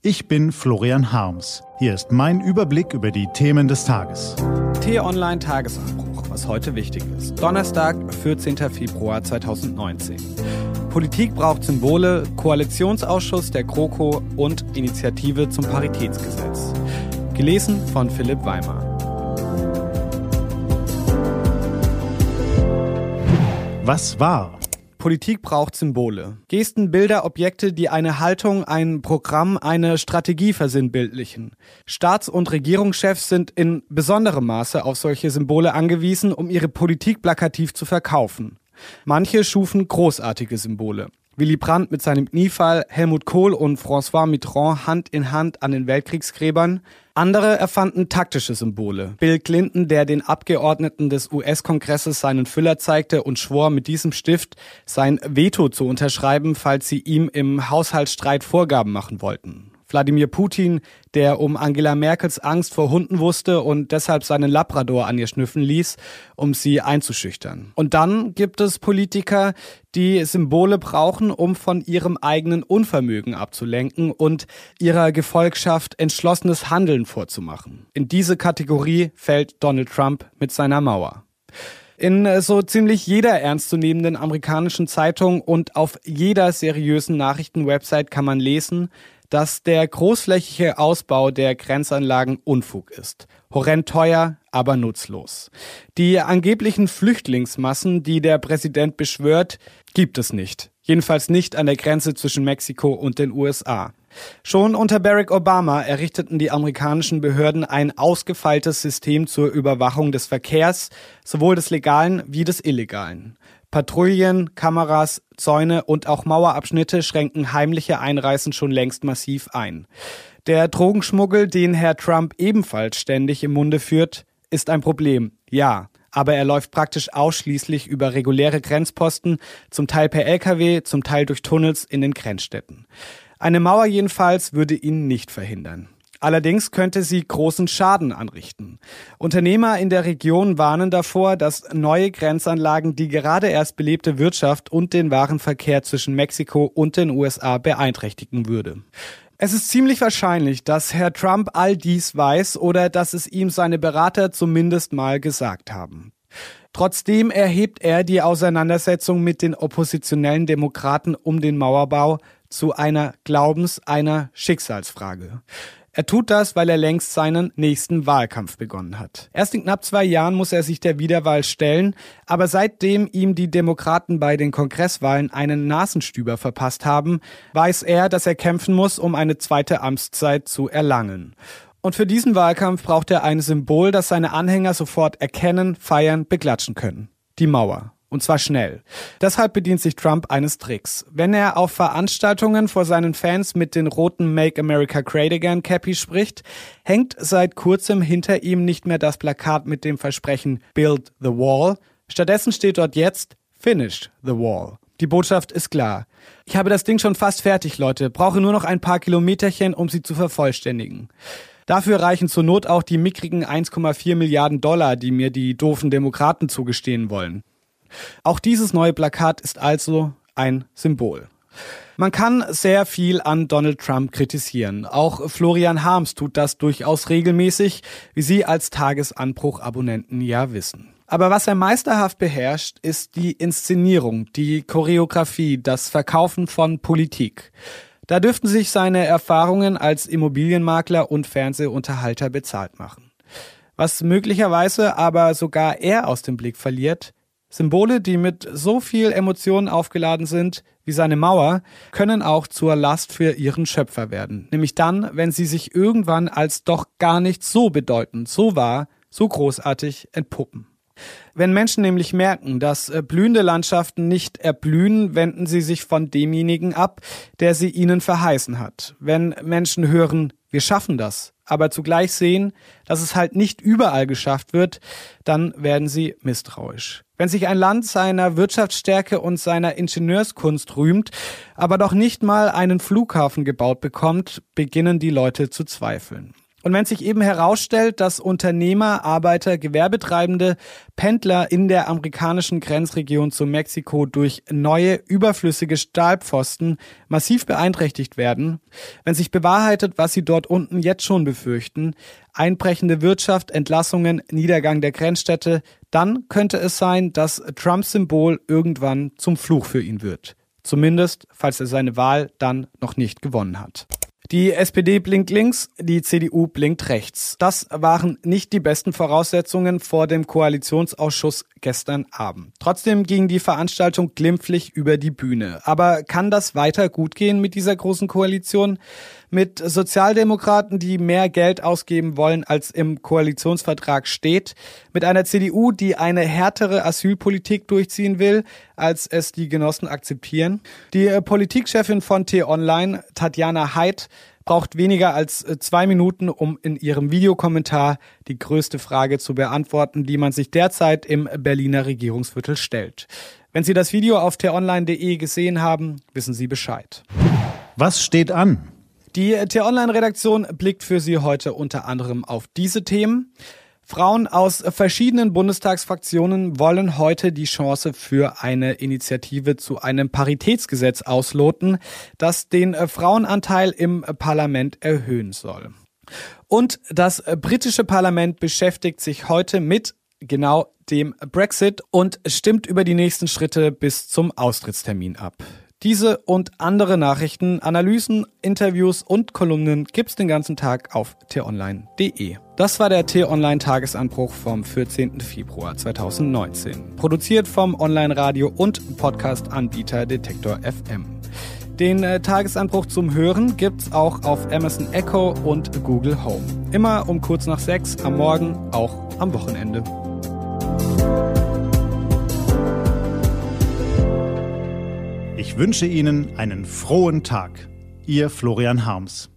Ich bin Florian Harms. Hier ist mein Überblick über die Themen des Tages. T-Online Tagesanbruch, was heute wichtig ist. Donnerstag, 14. Februar 2019. Politik braucht Symbole, Koalitionsausschuss der GroKo und Initiative zum Paritätsgesetz. Gelesen von Philipp Weimar. Was war? Politik braucht Symbole. Gesten, Bilder, Objekte, die eine Haltung, ein Programm, eine Strategie versinnbildlichen. Staats- und Regierungschefs sind in besonderem Maße auf solche Symbole angewiesen, um ihre Politik plakativ zu verkaufen. Manche schufen großartige Symbole. Willy Brandt mit seinem Kniefall, Helmut Kohl und François Mitterrand Hand in Hand an den Weltkriegsgräbern. Andere erfanden taktische Symbole. Bill Clinton, der den Abgeordneten des US-Kongresses seinen Füller zeigte und schwor, mit diesem Stift sein Veto zu unterschreiben, falls sie ihm im Haushaltsstreit Vorgaben machen wollten. Wladimir Putin, der um Angela Merkels Angst vor Hunden wusste und deshalb seinen Labrador an ihr schnüffeln ließ, um sie einzuschüchtern. Und dann gibt es Politiker, die Symbole brauchen, um von ihrem eigenen Unvermögen abzulenken und ihrer Gefolgschaft entschlossenes Handeln vorzumachen. In diese Kategorie fällt Donald Trump mit seiner Mauer. In so ziemlich jeder ernstzunehmenden amerikanischen Zeitung und auf jeder seriösen Nachrichtenwebsite kann man lesen, dass der großflächige Ausbau der Grenzanlagen Unfug ist. Horrend teuer, aber nutzlos. Die angeblichen Flüchtlingsmassen, die der Präsident beschwört, gibt es nicht. Jedenfalls nicht an der Grenze zwischen Mexiko und den USA. Schon unter Barack Obama errichteten die amerikanischen Behörden ein ausgefeiltes System zur Überwachung des Verkehrs, sowohl des Legalen wie des Illegalen. Patrouillen, Kameras, Zäune und auch Mauerabschnitte schränken heimliche Einreisen schon längst massiv ein. Der Drogenschmuggel, den Herr Trump ebenfalls ständig im Munde führt, ist ein Problem, ja. Aber er läuft praktisch ausschließlich über reguläre Grenzposten, zum Teil per LKW, zum Teil durch Tunnels in den Grenzstädten. Eine Mauer jedenfalls würde ihn nicht verhindern. Allerdings könnte sie großen Schaden anrichten. Unternehmer in der Region warnen davor, dass neue Grenzanlagen die gerade erst belebte Wirtschaft und den Warenverkehr zwischen Mexiko und den USA beeinträchtigen würde. Es ist ziemlich wahrscheinlich, dass Herr Trump all dies weiß oder dass es ihm seine Berater zumindest mal gesagt haben. Trotzdem erhebt er die Auseinandersetzung mit den oppositionellen Demokraten um den Mauerbau zu einer einer Schicksalsfrage. Er tut das, weil er längst seinen nächsten Wahlkampf begonnen hat. Erst in knapp 2 Jahren muss er sich der Wiederwahl stellen, aber seitdem ihm die Demokraten bei den Kongresswahlen einen Nasenstüber verpasst haben, weiß er, dass er kämpfen muss, um eine zweite Amtszeit zu erlangen. Und für diesen Wahlkampf braucht er ein Symbol, das seine Anhänger sofort erkennen, feiern, beglatschen können. Die Mauer. Und zwar schnell. Deshalb bedient sich Trump eines Tricks. Wenn er auf Veranstaltungen vor seinen Fans mit den roten Make America Great Again Cappy spricht, hängt seit kurzem hinter ihm nicht mehr das Plakat mit dem Versprechen Build the Wall. Stattdessen steht dort jetzt Finish the Wall. Die Botschaft ist klar. Ich habe das Ding schon fast fertig, Leute. Brauche nur noch ein paar Kilometerchen, um sie zu vervollständigen. Dafür reichen zur Not auch die mickrigen 1,4 Milliarden $, die mir die doofen Demokraten zugestehen wollen. Auch dieses neue Plakat ist also ein Symbol. Man kann sehr viel an Donald Trump kritisieren. Auch Florian Harms tut das durchaus regelmäßig, wie Sie als Tagesanbruch-Abonnenten ja wissen. Aber was er meisterhaft beherrscht, ist die Inszenierung, die Choreografie, das Verkaufen von Politik. Da dürften sich seine Erfahrungen als Immobilienmakler und Fernsehunterhalter bezahlt machen. Was möglicherweise aber sogar er aus dem Blick verliert: Symbole, die mit so viel Emotionen aufgeladen sind wie seine Mauer, können auch zur Last für ihren Schöpfer werden. Nämlich dann, wenn sie sich irgendwann als doch gar nicht so bedeutend, so wahr, so großartig entpuppen. Wenn Menschen nämlich merken, dass blühende Landschaften nicht erblühen, wenden sie sich von demjenigen ab, der sie ihnen verheißen hat. Wenn Menschen hören, wir schaffen das, aber zugleich sehen, dass es halt nicht überall geschafft wird, dann werden sie misstrauisch. Wenn sich ein Land seiner Wirtschaftsstärke und seiner Ingenieurskunst rühmt, aber doch nicht mal einen Flughafen gebaut bekommt, beginnen die Leute zu zweifeln. Und wenn sich eben herausstellt, dass Unternehmer, Arbeiter, Gewerbetreibende, Pendler in der amerikanischen Grenzregion zu Mexiko durch neue, überflüssige Stahlpfosten massiv beeinträchtigt werden, wenn sich bewahrheitet, was sie dort unten jetzt schon befürchten, einbrechende Wirtschaft, Entlassungen, Niedergang der Grenzstädte, dann könnte es sein, dass Trumps Symbol irgendwann zum Fluch für ihn wird. Zumindest, falls er seine Wahl dann noch nicht gewonnen hat. Die SPD blinkt links, die CDU blinkt rechts. Das waren nicht die besten Voraussetzungen vor dem Koalitionsausschuss gestern Abend. Trotzdem ging die Veranstaltung glimpflich über die Bühne. Aber kann das weiter gut gehen mit dieser großen Koalition? Mit Sozialdemokraten, die mehr Geld ausgeben wollen, als im Koalitionsvertrag steht, mit einer CDU, die eine härtere Asylpolitik durchziehen will, als es die Genossen akzeptieren. Die Politikchefin von T-Online, Tatjana Haidt, braucht weniger als 2 Minuten, um in ihrem Videokommentar die größte Frage zu beantworten, die man sich derzeit im Berliner Regierungsviertel stellt. Wenn Sie das Video auf t-online.de gesehen haben, wissen Sie Bescheid. Was steht an? Die T-Online-Redaktion blickt für Sie heute unter anderem auf diese Themen. Frauen aus verschiedenen Bundestagsfraktionen wollen heute die Chance für eine Initiative zu einem Paritätsgesetz ausloten, das den Frauenanteil im Parlament erhöhen soll. Und das britische Parlament beschäftigt sich heute mit genau dem Brexit und stimmt über die nächsten Schritte bis zum Austrittstermin ab. Diese und andere Nachrichten, Analysen, Interviews und Kolumnen gibt's den ganzen Tag auf t-online.de. Das war der T-Online-Tagesanbruch vom 14. Februar 2019. Produziert vom Online-Radio- und Podcast-Anbieter Detektor FM. Den Tagesanbruch zum Hören gibt's auch auf Amazon Echo und Google Home. Immer um kurz nach 6 am Morgen, auch am Wochenende. Ich wünsche Ihnen einen frohen Tag. Ihr Florian Harms.